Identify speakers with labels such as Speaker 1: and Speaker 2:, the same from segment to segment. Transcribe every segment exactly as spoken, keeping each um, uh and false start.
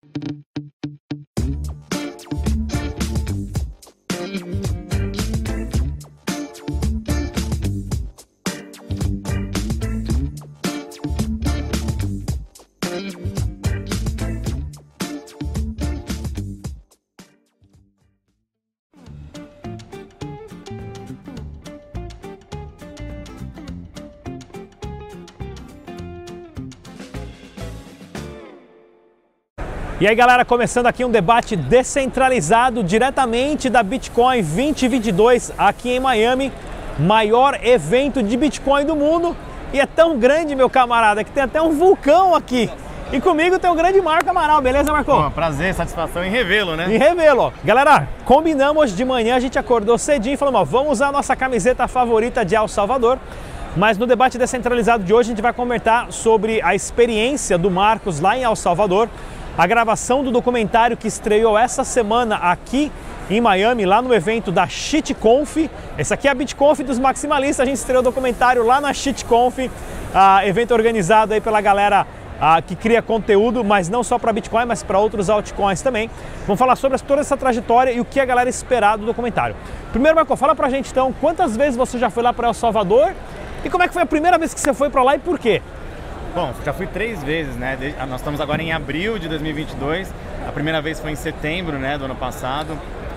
Speaker 1: E aí galera, começando aqui um debate descentralizado diretamente da Bitcoin vinte vinte e dois aqui em Miami, maior evento de Bitcoin do mundo, e é tão grande, meu camarada, que tem até um vulcão aqui. E comigo tem o grande Marco Amaral, beleza, Marco?
Speaker 2: Bom, prazer, satisfação em revê-lo, né?
Speaker 1: Em revê-lo. Galera, combinamos hoje de manhã, a gente acordou cedinho e falou, ó, vamos usar a nossa camiseta favorita de El Salvador. Mas no debate descentralizado de hoje a gente vai comentar sobre a experiência do Marcos lá em El Salvador, a gravação do documentário que estreou essa semana aqui em Miami, lá no evento da ShitConf. Esse aqui é a BitConf dos maximalistas, a gente estreou o documentário lá na ShitConf, uh, evento organizado aí pela galera uh, que cria conteúdo, mas não só para Bitcoin, mas para outros altcoins também. Vamos falar sobre toda essa trajetória e o que a galera espera do documentário. Primeiro, Marco, fala pra gente então, quantas vezes você já foi lá para El Salvador e como é que foi a primeira vez que você foi para lá e por quê?
Speaker 2: Bom, já fui três vezes, né? Nós estamos agora em abril de dois mil e vinte e dois. A primeira vez foi em setembro, né, do ano passado,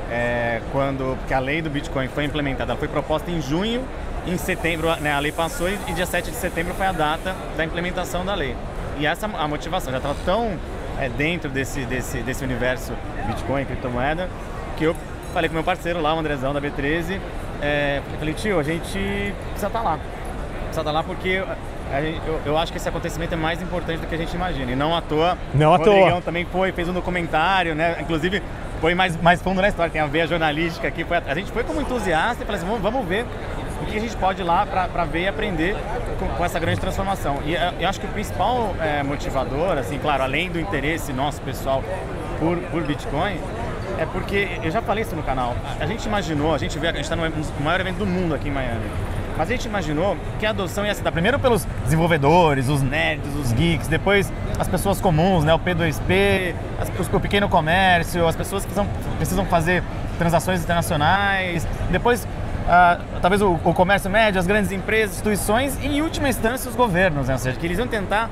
Speaker 2: é, quando porque a lei do Bitcoin foi implementada. Ela foi proposta em junho, em setembro, né, a lei passou e, e dia sete de setembro foi a data da implementação da lei. E essa a motivação já estava tão é, dentro desse, desse, desse universo Bitcoin, criptomoeda, que eu falei com meu parceiro lá, o Andrezão da B treze, é, falei, tio, a gente precisa estar lá. Precisa estar lá porque Eu, eu acho que esse acontecimento é mais importante do que a gente imagina. E não à toa,
Speaker 1: não à
Speaker 2: o Rodrigão
Speaker 1: toa.
Speaker 2: também foi, fez um documentário, né? Inclusive, foi mais, mais fundo na história, tem a veia jornalística aqui. Foi, a gente foi como entusiasta e falou assim, vamos, vamos ver o que a gente pode ir lá para ver e aprender com, com essa grande transformação. E eu acho que o principal é, motivador, assim, claro, além do interesse nosso pessoal por, por Bitcoin, é porque, eu já falei isso no canal, a gente imaginou, a gente vê, a gente está no maior evento do mundo aqui em Miami. Mas a gente imaginou que a adoção ia se dar primeiro pelos desenvolvedores, os nerds, os geeks, depois as pessoas comuns, né, o P dois P, as, o pequeno comércio, as pessoas que precisam, precisam fazer transações internacionais, depois uh, talvez o, o comércio médio, as grandes empresas, instituições e em última instância os governos, né, ou seja, que eles iam tentar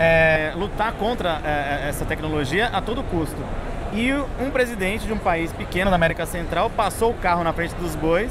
Speaker 2: é, lutar contra é, essa tecnologia a todo custo. E um presidente de um país pequeno da América Central passou o carro na frente dos bois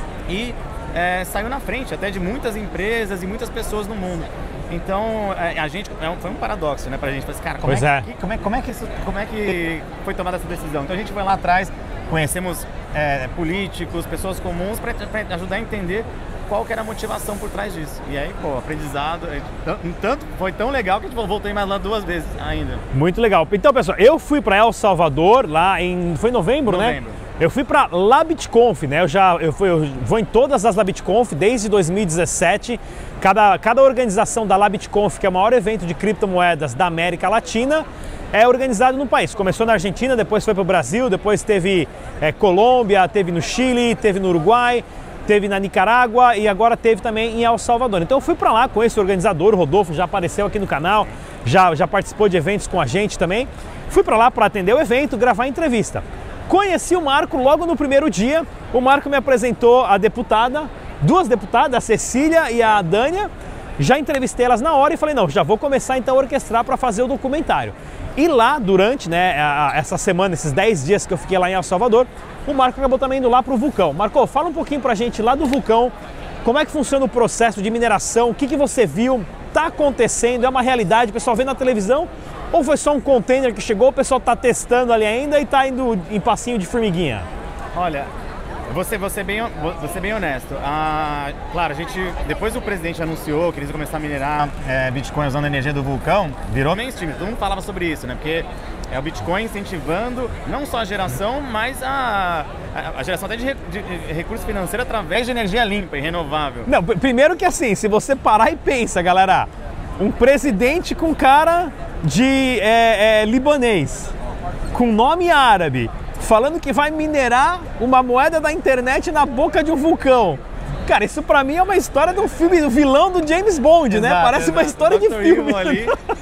Speaker 2: e É, saiu na frente até de muitas empresas e muitas pessoas no mundo. Então, a gente, foi um paradoxo, né, pra gente. Assim, cara, como,
Speaker 1: pois
Speaker 2: é,
Speaker 1: é.
Speaker 2: Que, como, é, como, é que isso, como é que foi tomada essa decisão? Então a gente foi lá atrás, conhecemos é, políticos, pessoas comuns, para ajudar a entender qual que era a motivação por trás disso. E aí, pô, aprendizado, tanto, foi tão legal que a gente voltou mais lá duas vezes ainda.
Speaker 1: Muito legal. Então, pessoal, eu fui para El Salvador lá em, foi em novembro,
Speaker 2: novembro.
Speaker 1: né? Eu fui para LabitConf, né? Eu já eu, fui, eu vou em todas as LabitConf desde dois mil e dezessete. Cada, cada organização da LabitConf, que é o maior evento de criptomoedas da América Latina, é organizado no país. Começou na Argentina, depois foi para o Brasil, depois teve é, Colômbia, teve no Chile, teve no Uruguai, teve na Nicarágua e agora teve também em El Salvador. Então eu fui para lá com esse organizador, o Rodolfo, já apareceu aqui no canal, já, já participou de eventos com a gente também. Fui para lá para atender o evento, gravar a entrevista. Conheci o Marco logo no primeiro dia. O Marco me apresentou a deputada, duas deputadas, a Cecília e a Dânia. Já entrevistei elas na hora e falei, não, já vou começar então a orquestrar para fazer o documentário. E lá, durante né, essa semana, esses dez dias que eu fiquei lá em El Salvador, o Marco acabou também indo lá para o vulcão. Marco, fala um pouquinho pra gente lá do vulcão, como é que funciona o processo de mineração, o que, que você viu, tá acontecendo, é uma realidade, o pessoal vê na televisão? Ou foi só um container que chegou, o pessoal está testando ali ainda e está indo em passinho de formiguinha?
Speaker 2: Olha, vou ser, vou ser, bem, vou ser bem honesto. Ah, claro, a gente, depois o presidente anunciou que eles iam começar a minerar é, Bitcoin usando a energia do vulcão, virou mainstream. Todo mundo falava sobre isso, né? Porque é o Bitcoin incentivando não só a geração, mas a, a, a geração até de, de, de recurso financeiro através de energia limpa e renovável.
Speaker 1: Não, primeiro que assim, se você parar e pensa, galera, um presidente com cara de é, é, libanês, com nome árabe, falando que vai minerar uma moeda da internet na boca de um vulcão. Cara, isso pra mim é uma história do filme, do vilão do James Bond, exato, né? Parece exato. Uma história de filme.
Speaker 2: Ali.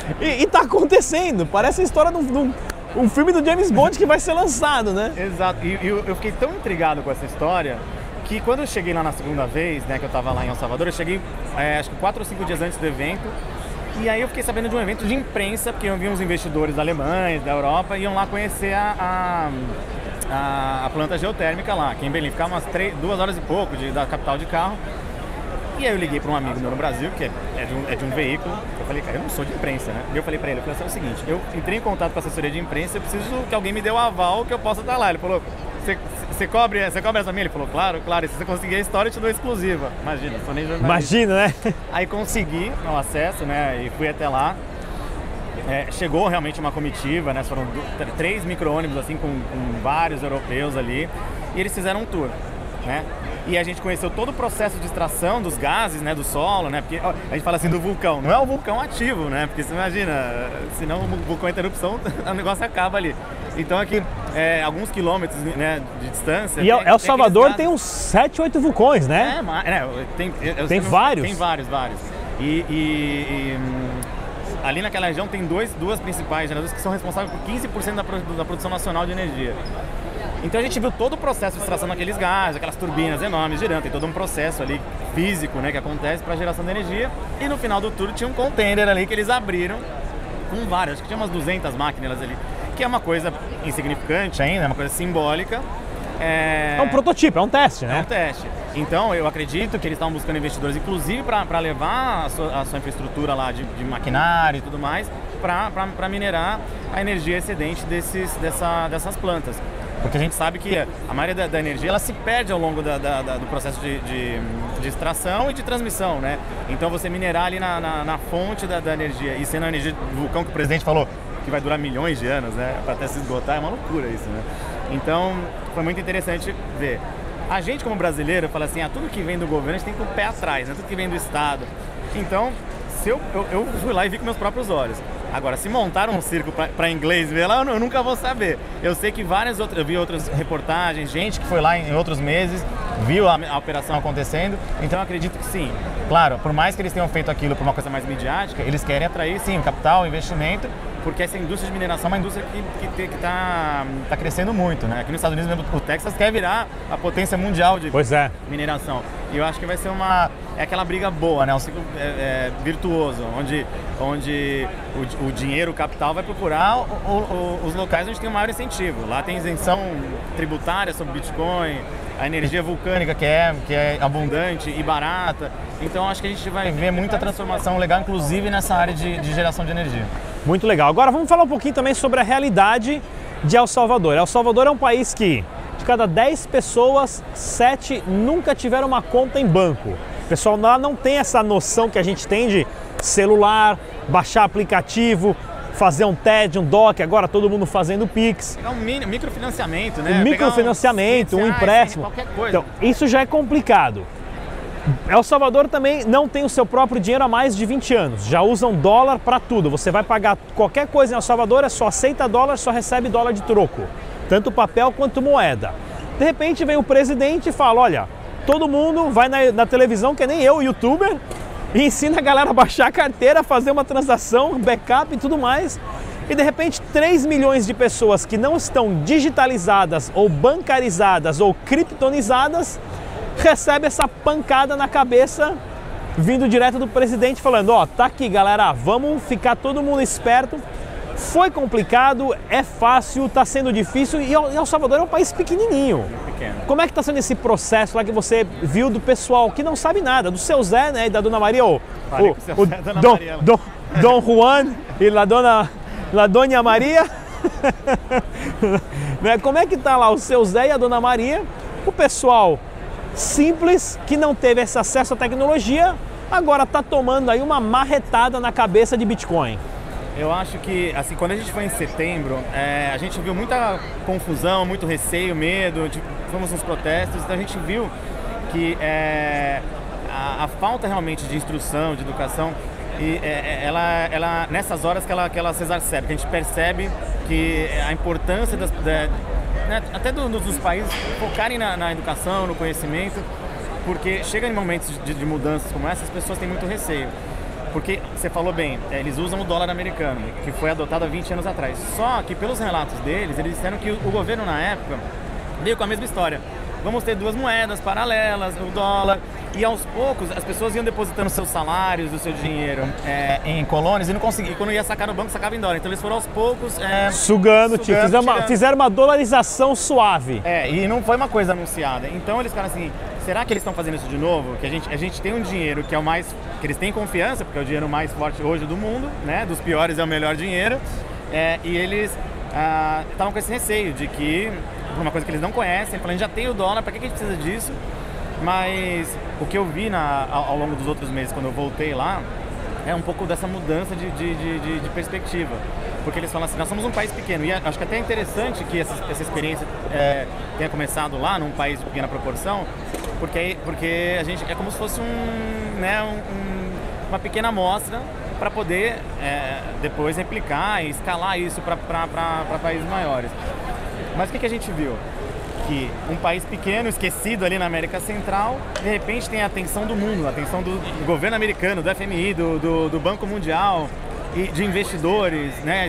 Speaker 1: E, e tá acontecendo, parece a história de um, de um, um filme do James Bond que vai ser lançado, né?
Speaker 2: Exato, e eu, eu fiquei tão intrigado com essa história que quando eu cheguei lá na segunda vez, né, que eu tava lá em El Salvador, eu cheguei é, acho que quatro ou cinco dias antes do evento. E aí eu fiquei sabendo de um evento de imprensa, porque eu vi uns investidores alemães, da Europa, iam lá conhecer a, a, a planta geotérmica lá, aqui em Belém. Ficava umas três, duas horas e pouco de, da capital de carro. E aí eu liguei para um amigo meu no Brasil, que é, é, de um, é de um veículo. Eu falei, cara, eu não sou de imprensa, né? E eu falei para ele, eu falei assim, é o seguinte, eu entrei em contato com a assessoria de imprensa, eu preciso que alguém me dê o aval que eu possa estar lá. Ele falou, você cobre, você cobre essa minha? Ele falou, claro, claro, e se você conseguir a história, eu te dou exclusiva. Imagina, sou nem jornalista.
Speaker 1: Imagina, né?
Speaker 2: Aí consegui o acesso, né, e fui até lá. É, chegou realmente uma comitiva, né, foram três micro-ônibus, assim, com, com vários europeus ali, e eles fizeram um tour, né? E a gente conheceu todo o processo de extração dos gases, né, do solo, né, porque ó, a gente fala assim do vulcão, não é o vulcão ativo, né, porque você imagina, senão o vulcão é interrupção, o negócio acaba ali. Então aqui, é, alguns quilômetros, né, de distância...
Speaker 1: E tem, El Salvador tem uns sete, oito vulcões, né?
Speaker 2: É, mas, é tem, eu,
Speaker 1: tem
Speaker 2: eu,
Speaker 1: vários?
Speaker 2: Tem vários, vários. E, e, e ali naquela região tem dois, duas principais geradores que são responsáveis por quinze por cento da, da produção nacional de energia. Então a gente viu todo o processo de extração daqueles gases, aquelas turbinas enormes girando, tem todo um processo ali físico, né, que acontece para a geração de energia. E no final do tour tinha um container ali que eles abriram com várias, acho que tinha umas duzentas máquinas ali, que é uma coisa insignificante ainda, é uma coisa simbólica.
Speaker 1: É... é um prototipo, é um teste, né?
Speaker 2: É um teste. Então eu acredito que eles estavam buscando investidores, inclusive para levar a sua, a sua infraestrutura lá de, de maquinário e tudo mais, para minerar a energia excedente desses, dessa, dessas plantas. Porque a gente sabe que a maioria da, da energia ela se perde ao longo da, da, da, do processo de, de, de extração e de transmissão, né? Então você minerar ali na, na, na fonte da, da energia, e sendo a energia do vulcão que o presidente falou que vai durar milhões de anos, né? Para até se esgotar, é uma loucura isso, né? Então foi muito interessante ver. A gente como brasileiro fala assim, ah, tudo que vem do governo a gente tem que ir com o pé atrás, né? Tudo que vem do Estado. Então, se eu, eu, eu fui lá e vi com meus próprios olhos. Agora, se montaram um circo para inglês ver lá, eu, eu nunca vou saber. Eu sei que várias outras, eu vi outras reportagens, gente que foi lá em, em outros meses, viu a, a operação acontecendo, então eu acredito que sim. Claro, por mais que eles tenham feito aquilo por uma coisa mais midiática, eles querem atrair, sim, capital, investimento, porque essa indústria de mineração é uma indústria que está tá crescendo muito, né? Aqui nos Estados Unidos, mesmo, o Texas quer virar a potência mundial de
Speaker 1: pois é.
Speaker 2: mineração. E eu acho que vai ser uma... é aquela briga boa, né? Um ciclo é, é, virtuoso, onde, onde o, o dinheiro, o capital vai procurar o, o, os locais onde tem o maior incentivo. Lá tem isenção tributária sobre Bitcoin, a energia vulcânica que é, que é abundante e barata. Então acho que a gente vai ver muita transformação legal, inclusive nessa área de, de geração de energia.
Speaker 1: Muito legal. Agora vamos falar um pouquinho também sobre a realidade de El Salvador. El Salvador é um país que, de cada dez pessoas, sete nunca tiveram uma conta em banco. O pessoal lá não tem essa noção que a gente tem de celular, baixar aplicativo, fazer um T E D, um D O C, agora todo mundo fazendo Pix.
Speaker 2: É um microfinanciamento, né?
Speaker 1: Um microfinanciamento, um, um empréstimo.
Speaker 2: Qualquer coisa.
Speaker 1: Então, isso já é complicado. El Salvador também não tem o seu próprio dinheiro há mais de vinte anos, já usam dólar para tudo. Você vai pagar qualquer coisa em El Salvador, é só aceita dólar, só recebe dólar de troco, tanto papel quanto moeda. De repente vem o presidente e fala, olha, todo mundo vai na, na televisão, que nem eu, youtuber, e ensina a galera a baixar a carteira, fazer uma transação, backup e tudo mais. E de repente três milhões de pessoas que não estão digitalizadas ou bancarizadas ou criptonizadas recebe essa pancada na cabeça vindo direto do presidente falando, ó, tá aqui galera, vamos ficar todo mundo esperto. Foi complicado, é fácil, tá sendo difícil e El Salvador é um país pequenininho.
Speaker 2: Pequeno.
Speaker 1: Como é que tá sendo esse processo lá que você viu do pessoal que não sabe nada, do seu Zé, né, e da Dona Maria, o,
Speaker 2: o,
Speaker 1: o,
Speaker 2: seu
Speaker 1: o
Speaker 2: Zé, Dona
Speaker 1: Dom,
Speaker 2: Maria.
Speaker 1: Dom, Dom Juan e la Dona, la Dona Maria. Como é que tá lá o seu Zé e a Dona Maria? O pessoal simples, que não teve esse acesso à tecnologia, agora está tomando aí uma marretada na cabeça de Bitcoin.
Speaker 2: Eu acho que, assim, quando a gente foi em setembro, é, a gente viu muita confusão, muito receio, medo, tipo, fomos nos protestos, então a gente viu que é, a, a falta realmente de instrução, de educação, e, é, ela, ela, nessas horas que ela, que ela se exacerba, que a gente percebe que a importância das... Da, né, até do, dos países focarem na, na educação, no conhecimento, porque chega em momentos de, de mudanças como essa, as pessoas têm muito receio. Porque você falou bem, eles usam o dólar americano, que foi adotado há vinte anos atrás. Só que pelos relatos deles, eles disseram que o governo na época veio com a mesma história. Vamos ter duas moedas paralelas, o dólar, e aos poucos as pessoas iam depositando seus salários, o seu dinheiro é, em colônias e não conseguiam. Quando ia sacar no banco, sacava em dólar. Então eles foram aos poucos é,
Speaker 1: sugando, sugando tipo, fizeram uma, fizeram uma dolarização suave.
Speaker 2: É, e não foi uma coisa anunciada. Então eles ficaram assim, será que eles estão fazendo isso de novo? Que a gente, a gente tem um dinheiro que é o mais, que eles têm confiança, porque é o dinheiro mais forte hoje do mundo, né? Dos piores é o melhor dinheiro. É, e eles estavam ah, com esse receio de que, por uma coisa que eles não conhecem, falando, já tem o dólar, para que a gente precisa disso? Mas o que eu vi na, ao, ao longo dos outros meses, quando eu voltei lá, é um pouco dessa mudança de, de, de, de perspectiva. Porque eles falam assim, nós somos um país pequeno, e acho que até é interessante que essa, essa experiência é, tenha começado lá, num país de pequena proporção, porque, porque a gente é como se fosse um, né, um, uma pequena amostra para poder é, depois replicar e escalar isso para países maiores. Mas o que, que a gente viu? Que um país pequeno, esquecido ali na América Central, de repente tem a atenção do mundo, a atenção do, do governo americano, do F M I, do, do, do Banco Mundial, e de investidores, né?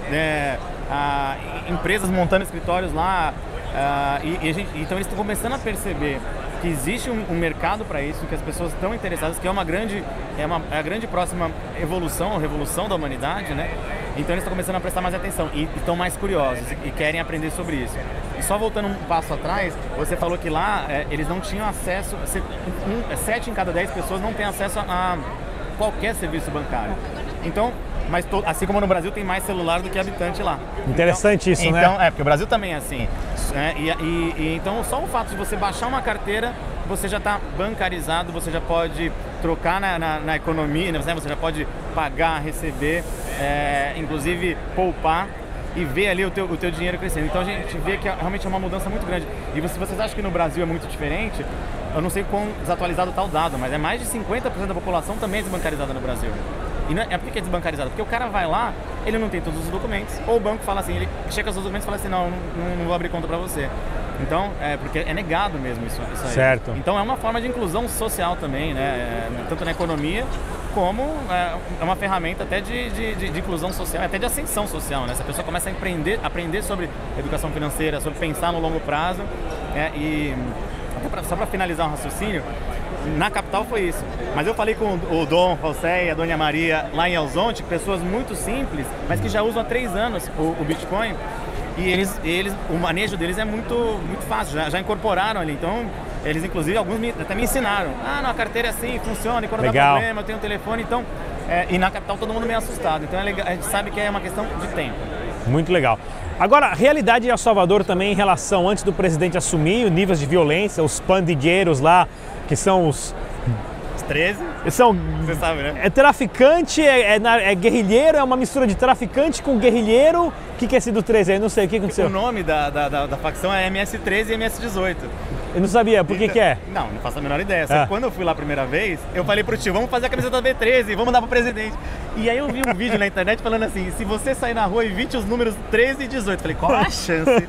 Speaker 2: É, a, empresas montando escritórios lá. A, e, e a gente, então eles estão começando a perceber que existe um, um mercado para isso, que as pessoas estão interessadas, que é uma grande, é uma, é a grande próxima evolução, revolução da humanidade, né? Então eles estão começando a prestar mais atenção e estão mais curiosos e querem aprender sobre isso. E só voltando um passo atrás, você falou que lá é, eles não tinham acesso, um, sete em cada dez pessoas não têm acesso a qualquer serviço bancário. Então, mas to, assim como no Brasil tem mais celular do que habitante lá.
Speaker 1: Interessante
Speaker 2: então,
Speaker 1: isso,
Speaker 2: então,
Speaker 1: né?
Speaker 2: É, porque o Brasil também é assim. Né? E, e, e, então só o fato de você baixar uma carteira, você já está bancarizado, você já pode trocar na, na, na economia, né? Você já pode pagar, receber, é, inclusive poupar e ver ali o teu, o teu dinheiro crescendo. Então a gente vê que é, realmente é uma mudança muito grande. E se vocês acham que no Brasil é muito diferente, eu não sei quão desatualizado está o dado, mas é mais de cinquenta por cento da população também é desbancarizada no Brasil. E não é, é por que é desbancarizado? Porque o cara vai lá, ele não tem todos os documentos, ou o banco fala assim, ele checa os documentos e fala assim, não, não, não vou abrir conta para você. Então, é porque é negado mesmo isso, isso aí.
Speaker 1: Certo.
Speaker 2: Então é uma forma de inclusão social também, né? É, tanto na economia, como é, é uma ferramenta até de, de, de, de inclusão social, até de ascensão social, né? Se a pessoa começa a aprender, aprender sobre educação financeira, sobre pensar no longo prazo, é, e até pra, só para finalizar um raciocínio, na capital foi isso. Mas eu falei com o Dom José e a Dona Maria lá em Elzonte, pessoas muito simples, mas que já usam há três anos o, o Bitcoin. E eles, eles, o manejo deles é muito, muito fácil, já, já incorporaram ali. Então, eles inclusive, alguns me, até me ensinaram. Ah, não, a carteira é assim, funciona, e quando
Speaker 1: legal.
Speaker 2: dá problema, eu tenho um telefone. Então, é, e na capital todo mundo meio assustado. Então, é legal, a gente sabe que é uma questão de tempo.
Speaker 1: Muito legal. Agora, a realidade em El Salvador também em relação, antes do presidente assumir, os níveis de violência, os pandilheiros lá, que são os...
Speaker 2: treze?
Speaker 1: São,
Speaker 2: você sabe, né?
Speaker 1: É traficante, é, é, é guerrilheiro, é uma mistura de traficante com guerrilheiro. O que, que é esse do treze aí? Não sei, o que aconteceu?
Speaker 2: O nome da, da, da, da facção é M S treze e M S dezoito.
Speaker 1: Eu não sabia, por que
Speaker 2: então,
Speaker 1: que é?
Speaker 2: Não, não faço a menor ideia. Só
Speaker 1: Ah.
Speaker 2: que quando eu fui lá a primeira vez, eu falei pro tio, vamos fazer a camiseta da B treze, vamos dar pro presidente. E aí eu vi um vídeo na internet falando assim, se você sair na rua e vir os números treze e dezoito, falei, qual a chance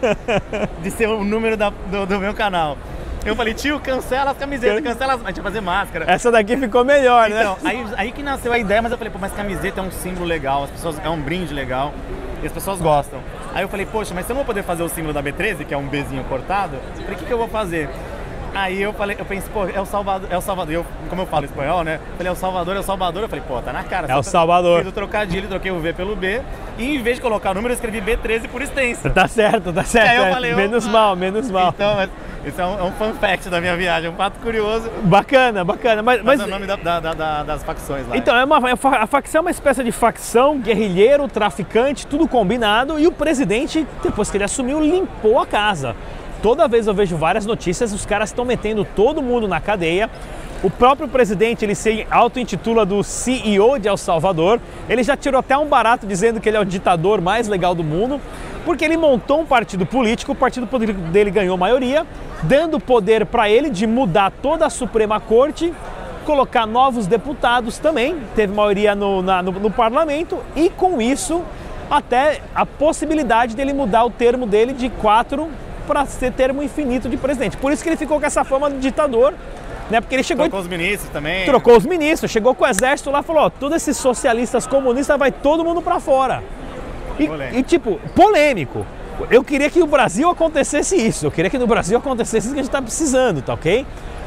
Speaker 2: de ser o número da, do, do meu canal? Eu falei, tio, cancela as camisetas, cancela as... A gente ia fazer máscara.
Speaker 1: Essa daqui ficou melhor,
Speaker 2: Então,
Speaker 1: né?
Speaker 2: aí, aí que nasceu a ideia, mas eu falei, pô, mas camiseta é um símbolo legal, as pessoas, é um brinde legal, e as pessoas gostam. Aí eu falei, poxa, mas se eu não vou poder fazer o símbolo da B treze, que é um Bzinho cortado, eu falei, o que, que eu vou fazer? Aí eu falei, eu pensei, pô, é o Salvador, é o Salvador. Eu, como eu falo espanhol, né? Eu falei, é o Salvador, é o Salvador. Eu falei, pô, tá na cara.
Speaker 1: É o Salvador.
Speaker 2: Fiz o trocadilho, troquei o V pelo B. E em vez de colocar o número, eu escrevi B treze por extenso.
Speaker 1: Tá certo, tá certo.
Speaker 2: Aí eu
Speaker 1: é.
Speaker 2: falei,
Speaker 1: menos
Speaker 2: opa.
Speaker 1: mal, menos mal.
Speaker 2: Então, mas, isso é um, é um fun fact da minha viagem, um fato curioso.
Speaker 1: Bacana, bacana. Mas,
Speaker 2: Mas
Speaker 1: mas...
Speaker 2: é o nome da, da, da, das facções lá.
Speaker 1: Então, é uma, a facção é uma espécie de facção, guerrilheiro, traficante, tudo combinado. E o presidente, depois que ele assumiu, limpou a casa. Toda vez eu vejo várias notícias, os caras estão metendo todo mundo na cadeia. O próprio presidente, ele se auto-intitula do C E O de El Salvador. Ele já tirou até um barato dizendo que ele é o ditador mais legal do mundo, porque ele montou um partido político, o partido político dele ganhou maioria, dando poder para ele de mudar toda a Suprema Corte, colocar novos deputados também, teve maioria no, na, no, no parlamento, e com isso até a possibilidade dele mudar o termo dele de quatro para ser termo infinito de presidente. Por isso que ele ficou com essa fama de ditador, né? Porque ele chegou
Speaker 2: Trocou os ministros também.
Speaker 1: Trocou os ministros, chegou com o exército lá e falou, ó, todos esses socialistas comunistas vai todo mundo pra fora. E, e tipo, polêmico. Eu queria que no Brasil acontecesse isso, eu queria que no Brasil acontecesse isso que a gente tá precisando, tá ok?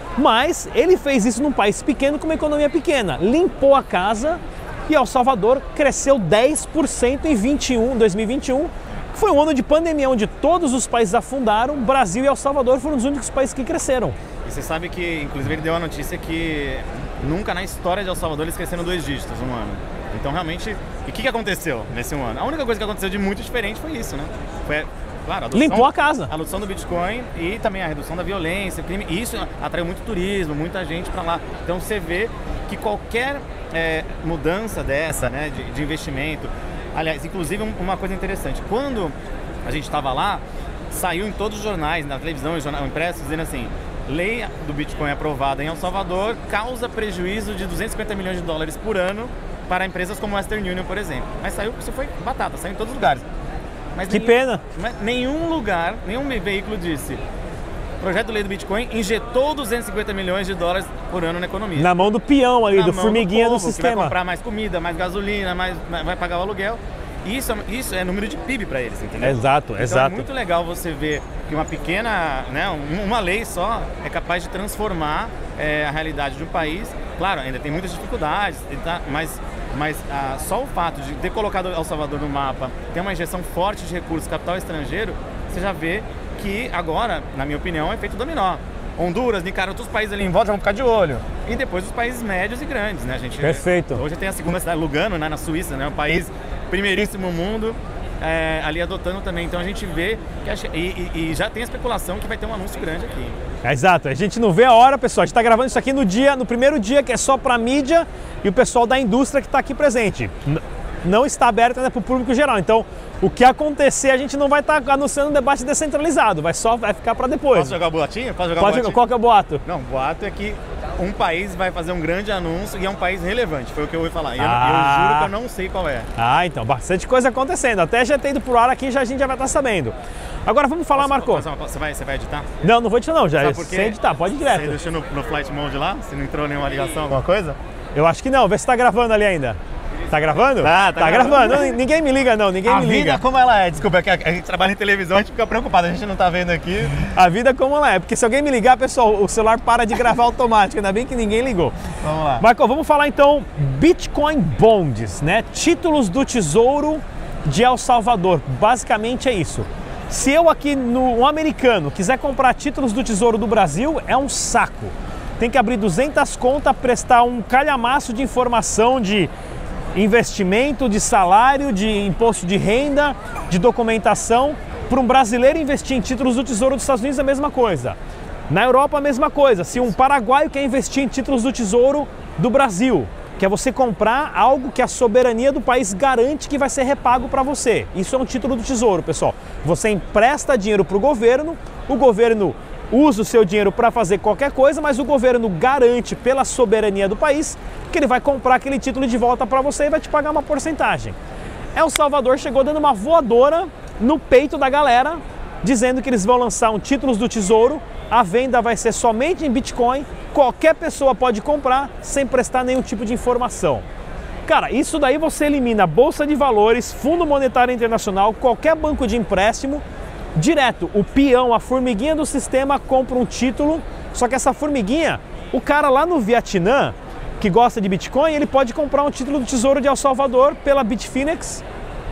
Speaker 1: Mas ele fez isso num país pequeno com uma economia pequena, limpou a casa e El Salvador cresceu dez por cento em vinte e um, dois mil e vinte e um. Foi um ano de pandemia onde todos os países afundaram, Brasil e El Salvador foram os únicos países que cresceram.
Speaker 2: E você sabe que, inclusive, ele deu a notícia que nunca na história de El Salvador eles cresceram dois dígitos um ano. Então, realmente, e o que, que aconteceu nesse um ano? A única coisa que aconteceu de muito diferente foi isso, né? Foi, claro, a adoção,
Speaker 1: limpou a casa.
Speaker 2: A adoção do Bitcoin e também a redução da violência, crime. E isso atraiu muito turismo, muita gente para lá. Então, você vê que qualquer é, mudança dessa, né, de, de investimento... Aliás, inclusive, uma coisa interessante. Quando a gente estava lá, saiu em todos os jornais, na televisão, jornal impresso, dizendo assim: lei do Bitcoin aprovada em El Salvador causa prejuízo de duzentos e cinquenta milhões de dólares por ano para empresas como Western Union, por exemplo. Mas saiu, isso foi batata, saiu em todos os lugares. Mas
Speaker 1: que
Speaker 2: nenhum,
Speaker 1: pena!
Speaker 2: Mas nenhum lugar, nenhum veículo disse: projeto de lei do Bitcoin injetou duzentos e cinquenta milhões de dólares por ano na economia.
Speaker 1: Na mão do peão ali,
Speaker 2: na
Speaker 1: do formiguinha do,
Speaker 2: do,
Speaker 1: do sistema.
Speaker 2: Vai comprar mais comida, mais gasolina, mais, vai pagar o aluguel. Isso, isso é número de P I B para eles, entendeu?
Speaker 1: Exato,
Speaker 2: então
Speaker 1: exato.
Speaker 2: É muito legal você ver que uma pequena, né, uma lei só é capaz de transformar é, a realidade de um país. Claro, ainda tem muitas dificuldades, mas, mas ah, só o fato de ter colocado El Salvador no mapa, ter uma injeção forte de recursos, capital estrangeiro, você já vê que agora, na minha opinião, é efeito dominó. Honduras, Nicarágua, outros países ali em volta vão ficar de olho. E depois os países médios e grandes, né, gente?
Speaker 1: Perfeito.
Speaker 2: Hoje tem a segunda cidade, Lugano, né, na Suíça, né, um país primeiríssimo mundo, é, ali adotando também. Então a gente vê que a, e, e já tem a especulação que vai ter um anúncio grande aqui.
Speaker 1: É, exato, a gente não vê a hora, pessoal. A gente está gravando isso aqui no dia, no primeiro dia que é só para mídia e o pessoal da indústria que está aqui presente. Não está aberto ainda para o público geral. Então, o que acontecer, a gente não vai estar tá anunciando um debate descentralizado, vai só vai ficar para depois.
Speaker 2: Posso jogar o boatinho? Posso jogar
Speaker 1: Pode,
Speaker 2: o boatinho?
Speaker 1: Qual que é o boato?
Speaker 2: Não, o boato é que um país vai fazer um grande anúncio e é um país relevante, foi o que eu ouvi falar. E eu,
Speaker 1: ah.
Speaker 2: eu juro que eu não sei qual é.
Speaker 1: Ah, então, bastante coisa acontecendo. Até já ter ido por ar aqui, já, a gente já vai estar sabendo. Agora vamos falar, Marco.
Speaker 2: Você vai, você vai editar?
Speaker 1: Não, não vou editar não, já é
Speaker 2: sem
Speaker 1: editar, pode ir direto.
Speaker 2: Você deixou no, no flight mode lá? Você não entrou nenhuma ligação, alguma coisa?
Speaker 1: Eu acho que não, vê se tá gravando ali ainda. Tá gravando?
Speaker 2: Tá, tá,
Speaker 1: tá
Speaker 2: gravando.
Speaker 1: gravando. Ninguém me liga não, ninguém
Speaker 2: a
Speaker 1: me liga.
Speaker 2: A vida como ela é, desculpa, é que a gente trabalha em televisão, a gente fica preocupado, a gente não tá vendo aqui.
Speaker 1: A vida como ela é, porque se alguém me ligar, pessoal, o celular para de gravar automático, ainda bem que ninguém ligou.
Speaker 2: Vamos lá.
Speaker 1: Marco, vamos falar então Bitcoin Bonds, né? Títulos do Tesouro de El Salvador, basicamente é isso. Se eu aqui, no, um americano, quiser comprar títulos do Tesouro do Brasil, é um saco. Tem que abrir duzentas contas, prestar um calhamaço de informação de investimento, de salário, de imposto de renda, de documentação. Para um brasileiro investir em títulos do Tesouro dos Estados Unidos é a mesma coisa. Na Europa a mesma coisa. Se um paraguaio quer investir em títulos do Tesouro do Brasil, que é você comprar algo que a soberania do país garante que vai ser repago para você. Isso é um título do Tesouro, pessoal. Você empresta dinheiro para o governo, o governo usa o seu dinheiro para fazer qualquer coisa, mas o governo garante pela soberania do país que ele vai comprar aquele título de volta para você e vai te pagar uma porcentagem. El Salvador chegou dando uma voadora no peito da galera, dizendo que eles vão lançar um títulos do Tesouro, a venda vai ser somente em Bitcoin, qualquer pessoa pode comprar sem prestar nenhum tipo de informação. Cara, isso daí você elimina Bolsa de Valores, Fundo Monetário Internacional, qualquer banco de empréstimo, direto, o peão, a formiguinha do sistema compra um título, só que essa formiguinha, o cara lá no Vietnã, que gosta de Bitcoin, ele pode comprar um título do Tesouro de El Salvador pela Bitfinex,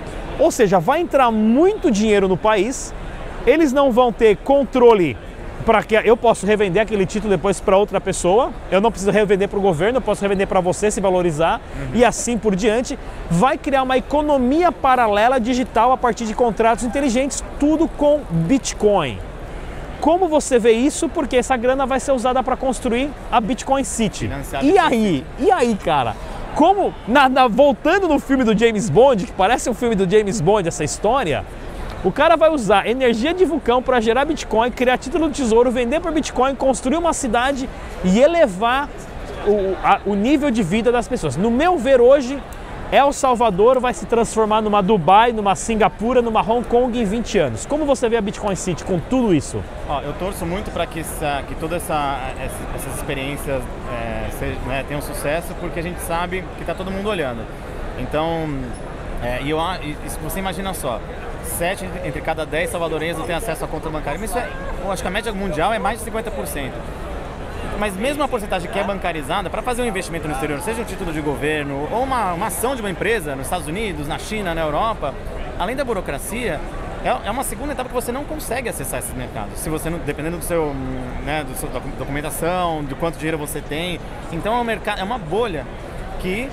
Speaker 1: ou seja, vai entrar muito dinheiro no país, eles não vão ter controle para que eu possa revender aquele título depois para outra pessoa, eu não preciso revender para o governo, eu posso revender para você se valorizar, uhum. E assim por diante. Vai criar uma economia paralela digital a partir de contratos inteligentes, tudo com Bitcoin. Como você vê isso? Porque essa grana vai ser usada para construir a Bitcoin City. Financiado. E aí? E aí, cara? Como, na, na, voltando no filme do James Bond, que parece um filme do James Bond essa história, o cara vai usar energia de vulcão para gerar Bitcoin, criar título do tesouro, vender por Bitcoin, construir uma cidade e elevar o, a, o nível de vida das pessoas. No meu ver hoje, El Salvador vai se transformar numa Dubai, numa Singapura, numa Hong Kong em vinte anos. Como você vê a Bitcoin City com tudo isso?
Speaker 2: Ó, eu torço muito para que, essa, que todas essa, essas experiências é, seja, né, tenham sucesso, porque a gente sabe que está todo mundo olhando. Então, é, e, eu, e você imagina só, sete entre cada dez salvadorenhos não têm acesso à conta bancária. Mas isso é, eu acho que a média mundial é mais de cinquenta por cento. Mas mesmo a porcentagem que é bancarizada, para fazer um investimento no exterior, seja um título de governo ou uma, uma ação de uma empresa nos Estados Unidos, na China, na Europa, além da burocracia, é, é uma segunda etapa que você não consegue acessar esses mercados. Se você não, dependendo do seu, né, do seu documentação, de quanto dinheiro você tem. Então é um mercado, é uma bolha que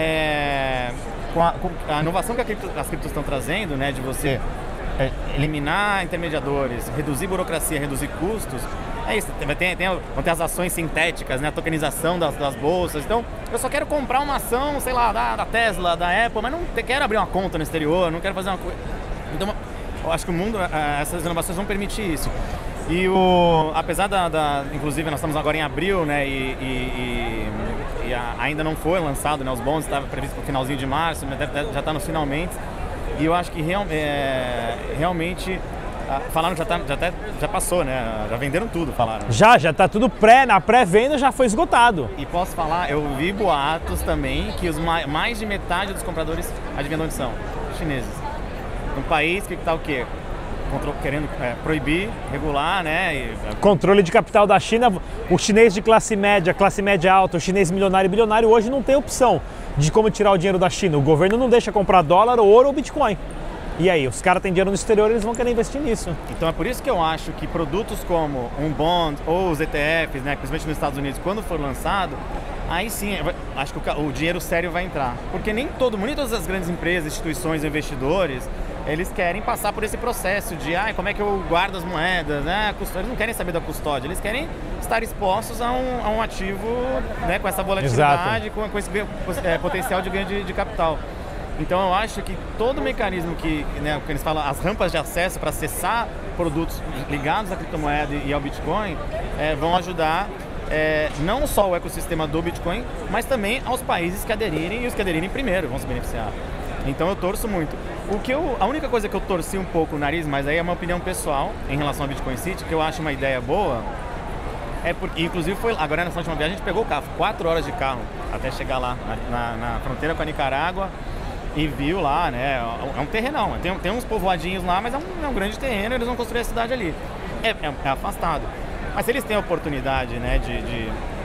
Speaker 2: é, com, a, com a inovação que a cripto, as criptos estão trazendo, né, de você é, eliminar intermediadores, reduzir burocracia, reduzir custos. É isso, tem, tem, tem, vão ter as ações sintéticas, né, a tokenização das, das bolsas. Então, eu só quero comprar uma ação, sei lá, da, da Tesla, da Apple, mas não te, quero abrir uma conta no exterior, não quero fazer uma coisa. Então, eu acho que o mundo, essas inovações vão permitir isso. E o, apesar da, da inclusive nós estamos agora em abril, né, e, e, e, e a, ainda não foi lançado, né, os bons estavam previstos para o finalzinho de março, mas deve, já está nos finalmente. E eu acho que real, é, realmente... Falaram que já, tá, já, até, já passou, né? Já venderam tudo, falaram.
Speaker 1: Já, já tá tudo pré, na pré-venda já foi esgotado.
Speaker 2: E posso falar, eu vi boatos também que os mais, mais de metade dos compradores, adivinha onde são? Chineses. Um país que tá o quê? Control, querendo é, proibir, regular, né? E...
Speaker 1: Controle de capital da China, o chinês de classe média, classe média alta, o chinês milionário e bilionário hoje não tem opção de como tirar o dinheiro da China. O governo não deixa comprar dólar, ouro ou Bitcoin. E aí, os caras têm dinheiro no exterior, eles vão querer investir nisso.
Speaker 2: Então é por isso que eu acho que produtos como um bond ou os E T Fs, né, principalmente nos Estados Unidos, quando for lançado, aí sim, acho que o, o dinheiro sério vai entrar. Porque nem todo mundo, nem todas as grandes empresas, instituições, investidores, eles querem passar por esse processo de ah, como é que eu guardo as moedas, né? Eles não querem saber da custódia, eles querem estar expostos a um, a um ativo, né, com essa volatilidade, com, com esse é, potencial de ganho de, de capital. Então eu acho que todo mecanismo que, né, que eles falam, as rampas de acesso para acessar produtos ligados à criptomoeda e ao Bitcoin é, vão ajudar é, não só o ecossistema do Bitcoin, mas também aos países que aderirem e os que aderirem primeiro vão se beneficiar. Então eu torço muito. O que eu, a única coisa que eu torci um pouco o nariz, mas aí é uma opinião pessoal em relação ao Bitcoin City, que eu acho uma ideia boa, é porque, inclusive, foi agora nessa última viagem a gente pegou o carro, quatro horas de carro até chegar lá na, na, na fronteira com a Nicarágua. E viu lá, né, é um terrenão, tem, tem uns povoadinhos lá, mas é um, é um grande terreno, eles vão construir a cidade ali. É, é, é afastado. Mas se eles têm a oportunidade, né, de, de,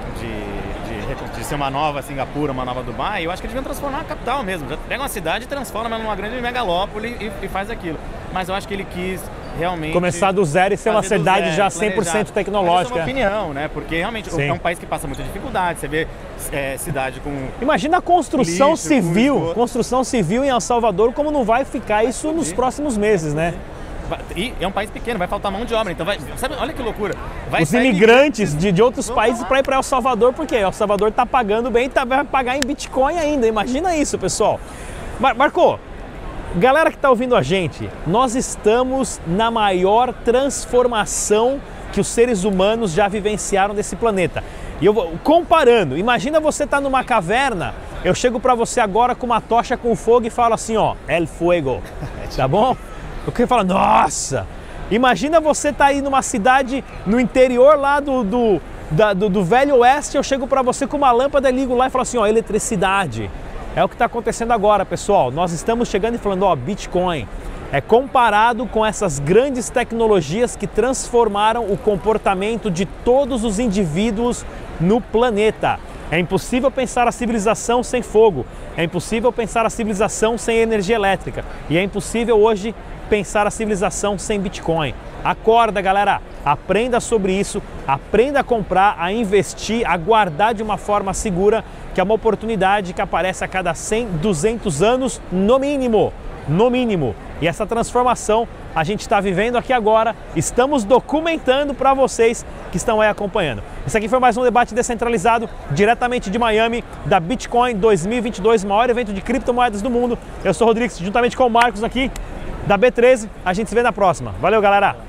Speaker 2: de, de, de ser uma nova Singapura, uma nova Dubai, eu acho que eles deviam transformar a capital mesmo. Já pega uma cidade e transforma ela numa grande megalópole e, e faz aquilo. Mas eu acho que ele quis realmente...
Speaker 1: Começar do zero e ser uma cidade
Speaker 2: zero,
Speaker 1: já cem por cento tecnológica.
Speaker 2: Mas essa é uma opinião, né? Porque realmente Sim. é um país que passa muita dificuldade. Você vê é, cidade com...
Speaker 1: Imagina a construção
Speaker 2: lixo,
Speaker 1: civil, construção civil em El Salvador, como não vai ficar isso nos próximos meses, né?
Speaker 2: E é um país pequeno, vai faltar mão de obra, então vai, sabe, olha que loucura. Vai
Speaker 1: Os imigrantes de, de outros países para ir para El Salvador, porque El Salvador está pagando bem e tá, vai pagar em Bitcoin ainda. Imagina isso, pessoal. Mar Marco, galera que está ouvindo a gente, nós estamos na maior transformação que os seres humanos já vivenciaram desse planeta. E eu vou comparando, imagina você tá numa caverna, eu chego para você agora com uma tocha com fogo e falo assim, ó, El Fuego, tá bom? Eu queria falar, nossa, imagina você tá aí numa cidade no interior lá do, do, da, do, do Velho Oeste, eu chego para você com uma lâmpada, ligo lá e falo assim, ó, eletricidade. É o que está acontecendo agora, pessoal. Nós estamos chegando e falando, ó, Bitcoin é comparado com essas grandes tecnologias que transformaram o comportamento de todos os indivíduos no planeta. É impossível pensar a civilização sem fogo, é impossível pensar a civilização sem energia elétrica e é impossível hoje pensar a civilização sem Bitcoin. Acorda, galera, aprenda sobre isso, aprenda a comprar, a investir, a guardar de uma forma segura, que é uma oportunidade que aparece a cada cem, duzentos anos, no mínimo, no mínimo. E essa transformação a gente está vivendo aqui agora, estamos documentando para vocês que estão aí acompanhando. Esse aqui foi mais um debate descentralizado, diretamente de Miami, da Bitcoin dois mil e vinte e dois, maior evento de criptomoedas do mundo. Eu sou o Rodrigues, juntamente com o Marcos aqui, da B treze. A gente se vê na próxima. Valeu, galera!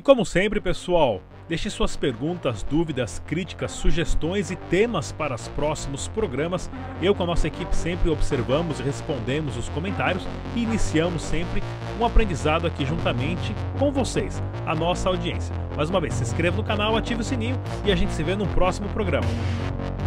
Speaker 1: E como sempre, pessoal, deixe suas perguntas, dúvidas, críticas, sugestões e temas para os próximos programas. Eu com a nossa equipe sempre observamos e respondemos os comentários e iniciamos sempre um aprendizado aqui juntamente com vocês, a nossa audiência. Mais uma vez, se inscreva no canal, ative o sininho e a gente se vê no próximo programa.